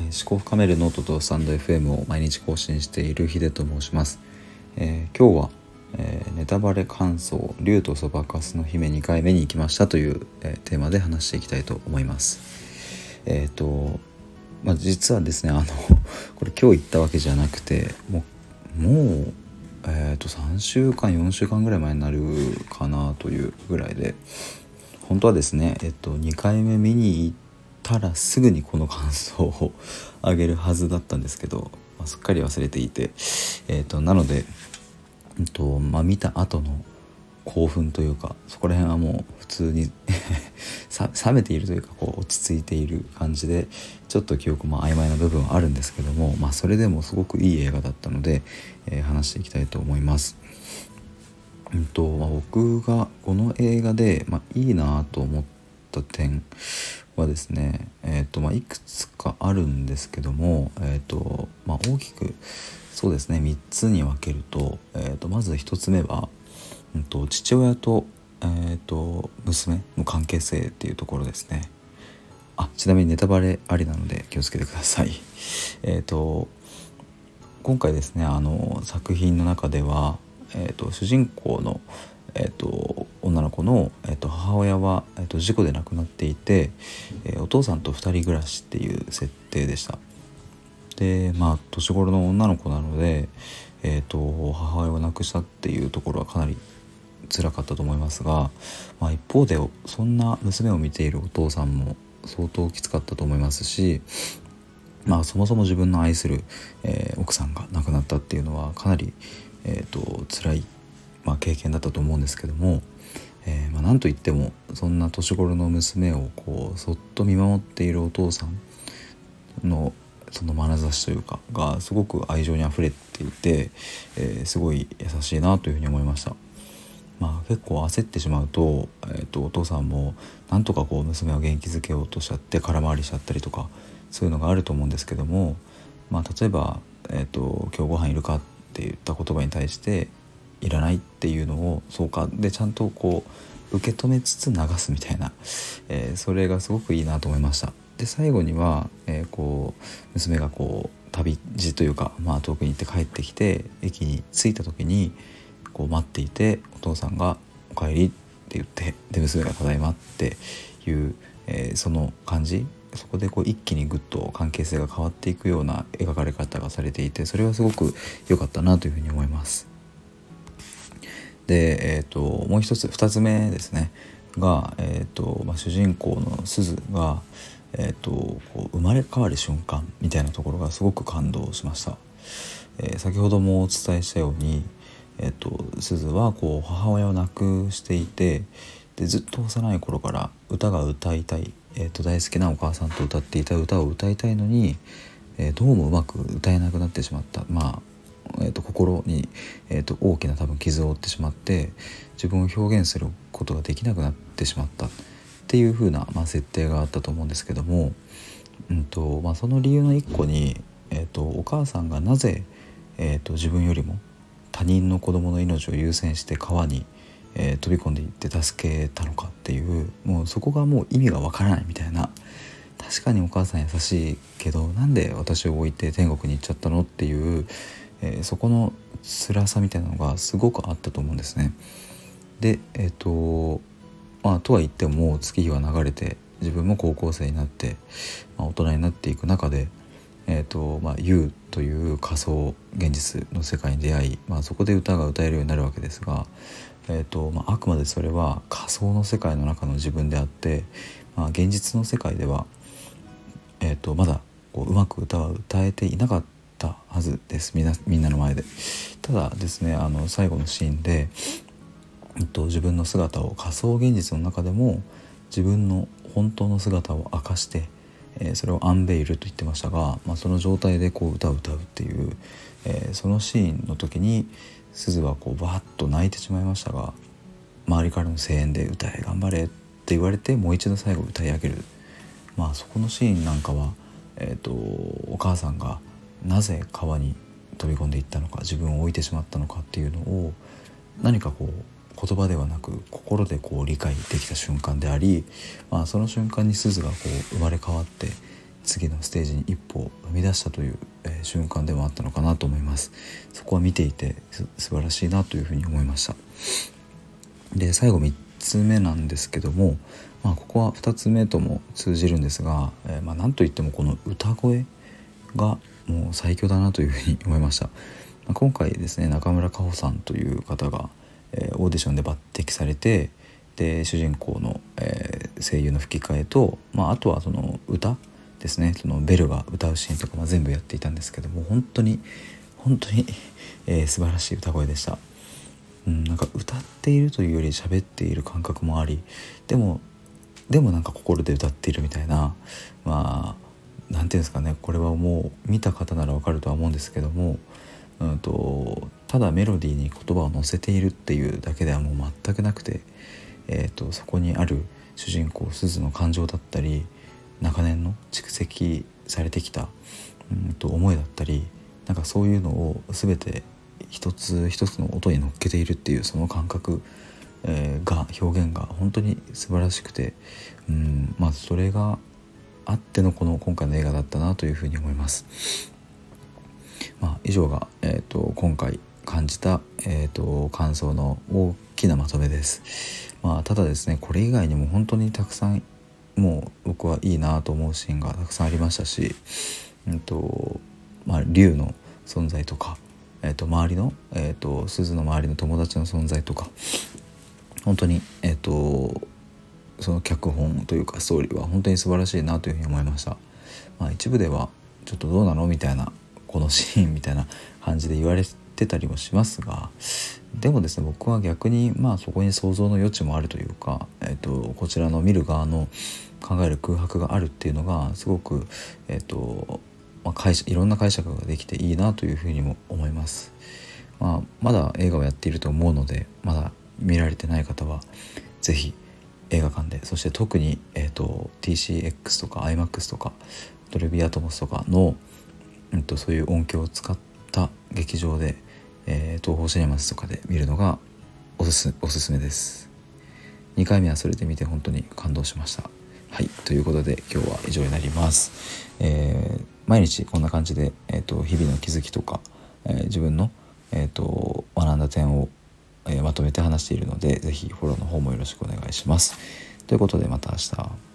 思考を深めるノートとスタンド FM を毎日更新しているヒデと申します。今日は、ネタバレ感想竜とそばかすの姫2回目に行きましたという、テーマで話していきたいと思います。実はですねこれ今日言ったわけじゃなくてもう3週間4週間ぐらい前になるかなというぐらいで、本当はですね2回目見に行ったらすぐにこの感想をあげるはずだったんですけど、すっかり忘れていて、なので、見た後の興奮というか、そこら辺はもう普通に冷めているというか、落ち着いている感じで、ちょっと記憶も曖昧な部分はあるんですけども、それでもすごくいい映画だったので、話していきたいと思います。僕がこの映画で、いいなと思った点はですね、いくつかあるんですけども、大きくそうですね3つに分けると、まず1つ目は、父親と、娘の関係性っていうところですね。ちなみにネタバレありなので気をつけてください。今回ですね作品の中では、主人公の、女の子の、母親は、事故で亡くなっていて、お父さんと2人暮らしっていう設定でした。で年頃の女の子なので、母親を亡くしたっていうところはかなり辛かったと思いますが、一方でそんな娘を見ているお父さんも相当きつかったと思いますし、そもそも自分の愛する、奥さんが亡くなったっていうのはかなり、辛い、経験だったと思うんですけども、なんといってもそんな年頃の娘をそっと見守っているお父さんのその眼差しというかがすごく愛情にあふれていて、すごい優しいなというふうに思いました。結構焦ってしまうと、お父さんもなんとか娘を元気づけようとしちゃって空回りしちゃったりとか、そういうのがあると思うんですけども、例えば、今日ご飯いるかって言った言葉に対していらないっていうのをそうかでちゃんと受け止めつつ流すみたいな、それがすごくいいなと思いました。で最後には、娘が旅路というか、遠くに行って帰ってきて駅に着いた時に待っていて、お父さんがお帰りって言って、で娘がただいまっていう、その感じ、そこで一気にグッと関係性が変わっていくような描かれ方がされていて、それはすごく良かったなというふうに思います。で、もう一つ2つ目ですねが、主人公の鈴が、生まれ変わる瞬間みたいなところがすごく感動しました。先ほどもお伝えしたように、鈴は母親を亡くしていて、でずっと幼い頃から歌が歌いたい、大好きなお母さんと歌っていた歌を歌いたいのに、どうもうまく歌えなくなってしまった。心に、大きな多分傷を負ってしまって、自分を表現することができなくなってしまったっていう風な、設定があったと思うんですけども、その理由の一個に、お母さんがなぜ、自分よりも他人の子供の命を優先して川に、飛び込んでいって助けたのかっていう、もうそこがもう意味がわからないみたいな。確かにお母さん優しいけど、なんで私を置いて天国に行っちゃったのっていう、そこの辛さみたいなのがすごくあったと思うんですね。でとは言っても月日は流れて、自分も高校生になって、大人になっていく中で、YOU という仮想現実の世界に出会い、そこで歌が歌えるようになるわけですが、あくまでそれは仮想の世界の中の自分であって、現実の世界では、まだうまく歌は歌えていなかったはずです。みんなの前で。ただですね最後のシーンで、自分の姿を仮想現実の中でも自分の本当の姿を明かして、それをアンベイルと言ってましたが、その状態で歌を歌うっていう、そのシーンの時に鈴はバーッと泣いてしまいましたが、周りからの声援で歌え頑張れって言われて、もう一度最後歌い上げる。そこのシーンなんかは、お母さんがなぜ川に飛び込んでいったのか、自分を置いてしまったのかっていうのを何か言葉ではなく心で理解できた瞬間であり、その瞬間に鈴が生まれ変わって次のステージに一歩を踏み出したという、瞬間でもあったのかなと思います。そこは見ていて素晴らしいなというふうに思いました。で最後3つ目なんですけども、ここは2つ目とも通じるんですが、なんといってもこの歌声がもう最強だなというふうに思いました。今回ですね、中村佳穂さんという方が、オーディションで抜擢されて、で主人公の、声優の吹き替えと、あとはその歌ですね、そのベルが歌うシーンとか、全部やっていたんですけども、本当に、素晴らしい歌声でした。なんか歌っているというより喋っている感覚もあり、でもなんか心で歌っているみたいな、なんていうんですかね、これはもう見た方ならわかるとは思うんですけども、ただメロディーに言葉を乗せているっていうだけではもう全くなくて、そこにある主人公すずの感情だったり、長年の蓄積されてきた思いだったり、なんかそういうのを全て一つ一つの音に乗っけているっていうその感覚、表現が本当に素晴らしくて、それがあっての今回の映画だったなというふうに思います。以上が、今回感じた、感想の大きなまとめです。ただですね、これ以外にも本当にたくさんもう僕はいいなと思うシーンがたくさんありましたし、龍の存在とか、周りの、鈴の周りの友達の存在とか、本当に、その脚本というかストーリーは本当に素晴らしいなというふうに思いました。一部ではちょっとどうなのみたいな、このシーンみたいな感じで言われてたりもしますが、でもですね、僕は逆にそこに想像の余地もあるというか、こちらの見る側の考える空白があるっていうのがすごく、いろんな解釈ができていいなというふうにも思います。まだ映画をやっていると思うので、まだ見られてない方はぜひ映画館で、そして特に、TCX とか IMAX とかドルビーアトモスとかの、そういう音響を使った劇場で、東宝シネマズとかで見るのがおすすめです。2回目はそれで見て本当に感動しました。はい、ということで今日は以上になります。毎日こんな感じで、日々の気づきとか、自分の、学んだ点を、まとめて話しているので、ぜひフォローの方もよろしくお願いします。ということでまた明日。